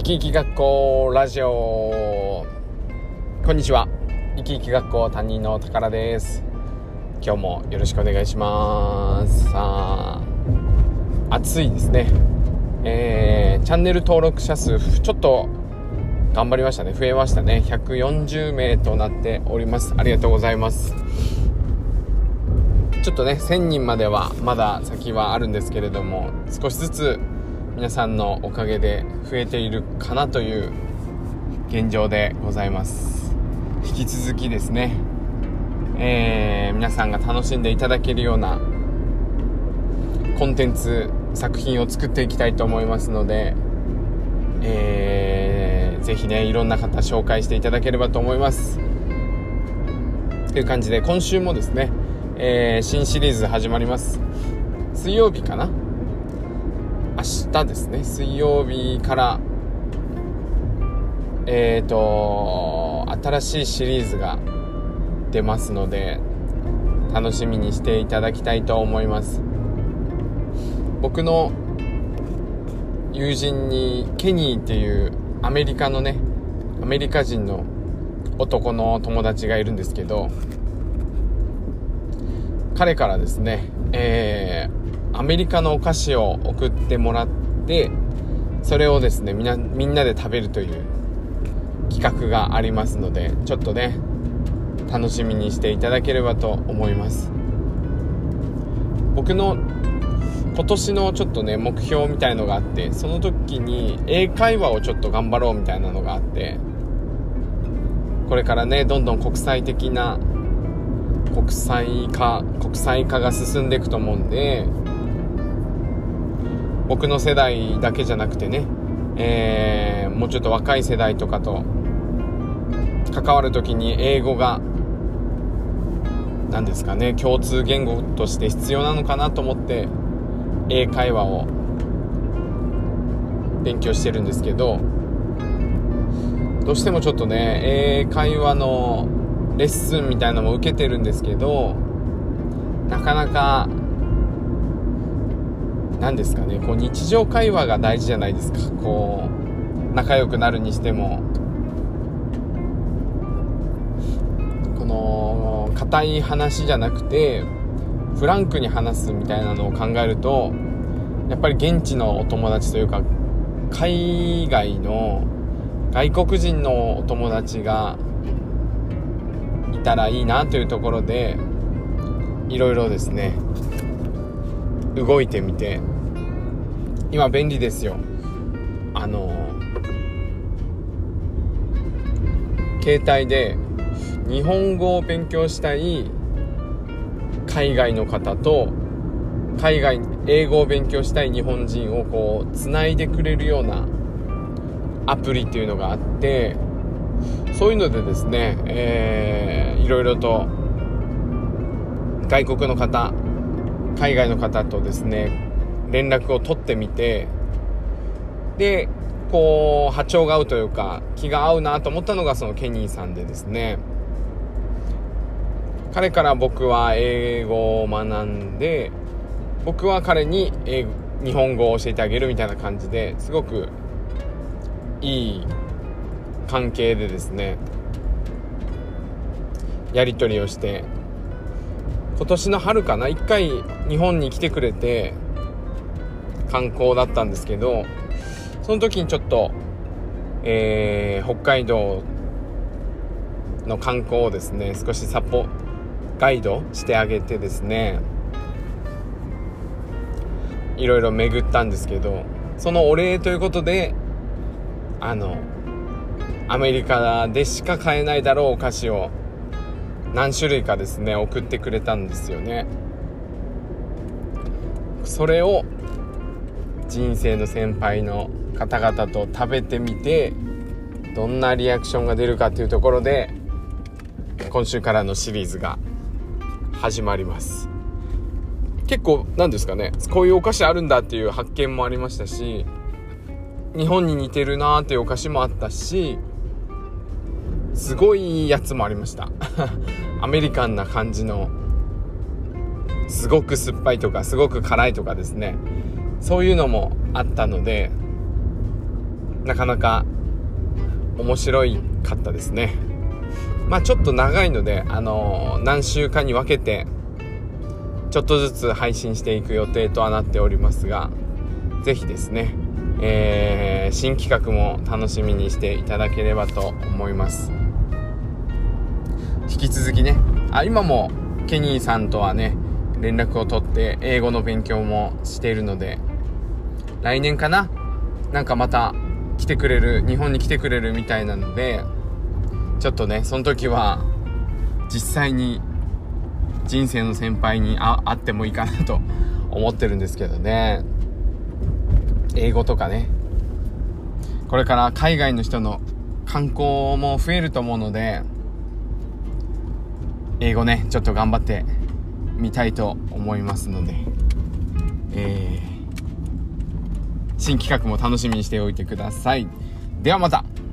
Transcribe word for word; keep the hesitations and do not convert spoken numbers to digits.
き生き学校ラジオ。こんにちは。生き生き学校担任の宝です。今日もよろしくお願いします。さあ、暑いですね。えー、チャンネル登録者数ちょっと頑張りましたね。増えましたね。ひゃくよんじゅうめいとなっております。ありがとうございます。ちょっとねせんにんまではまだ先はあるんですけれども、少しずつ皆さんのおかげで増えているかなという現状でございます。引き続きですね、えー、皆さんが楽しんでいただけるようなコンテンツ作品を作っていきたいと思いますので、えー、ぜひねいろんな方紹介していただければと思いますという感じで、今週もですね、えー、新シリーズ始まります。水曜日かな、明日ですね、水曜日からえーと新しいシリーズが出ますので、楽しみにしていただきたいと思います。僕の友人にケニーっていうアメリカのねアメリカ人の男の友達がいるんですけど、彼からですね、えーアメリカのお菓子を送ってもらって、それをですねみんな、みんなで食べるという企画がありますので、ちょっとね楽しみにしていただければと思います。僕の今年のちょっとね目標みたいのがあって、その時に英会話をちょっと頑張ろうみたいなのがあって、これからねどんどん国際的な国際化国際化が進んでいくと思うんで、僕の世代だけじゃなくてね、えー、もうちょっと若い世代とかと関わるときに英語が何ですかね共通言語として必要なのかなと思って英会話を勉強してるんですけど、どうしてもちょっとね英会話のレッスンみたいなのも受けてるんですけど、なかなか何ですかねこう日常会話が大事じゃないですか。こう仲良くなるにしても、この固い話じゃなくてフランクに話すみたいなのを考えると、やっぱり現地のお友達というか海外の外国人のお友達がいたらいいなというところで、いろいろですね動いてみて、今便利ですよ。あの携帯で日本語を勉強したい海外の方と海外英語を勉強したい日本人をこうつないでくれるようなアプリっていうのがあって、そういうのでですね、えー、いろいろと外国の方海外の方とですね連絡を取ってみて、でこう波長が合うというか気が合うなと思ったのがそのケニーさんでですね、彼から僕は英語を学んで、僕は彼に英語日本語を教えてあげるみたいな感じで、すごくいい関係でですねやり取りをして、今年の春かな一回日本に来てくれて観光だったんですけど、その時にちょっと、えー、北海道の観光をですね少しサポガイドしてあげてですね、いろいろ巡ったんですけど、そのお礼ということであのアメリカでしか買えないだろうお菓子を何種類かですね送ってくれたんですよね。それを人生の先輩の方々と食べてみて、どんなリアクションが出るかというところで、今週からのシリーズが始まります。結構なんですかね、こういうお菓子あるんだっていう発見もありましたし、日本に似てるなーっていうお菓子もあったし、すごいやつもありましたアメリカンな感じのすごく酸っぱいとかすごく辛いとかですね、そういうのもあったので、 なかなか面白いかったですね。まあちょっと長いので、あのー、何週間に分けてちょっとずつ配信していく予定とはなっておりますが、ぜひですね、えー、新企画も楽しみにしていただければと思います。引き続きね、あ今もケニーさんとはね連絡を取って英語の勉強もしているので、来年かな、なんかまた来てくれる、日本に来てくれるみたいなので、ちょっとねその時は実際に人生の先輩に会ってもいいかなと思ってるんですけどね。英語とかね、これから海外の人の観光も増えると思うので、英語ねちょっと頑張ってみたいと思いますので、えー、新企画も楽しみにしておいてください。ではまた。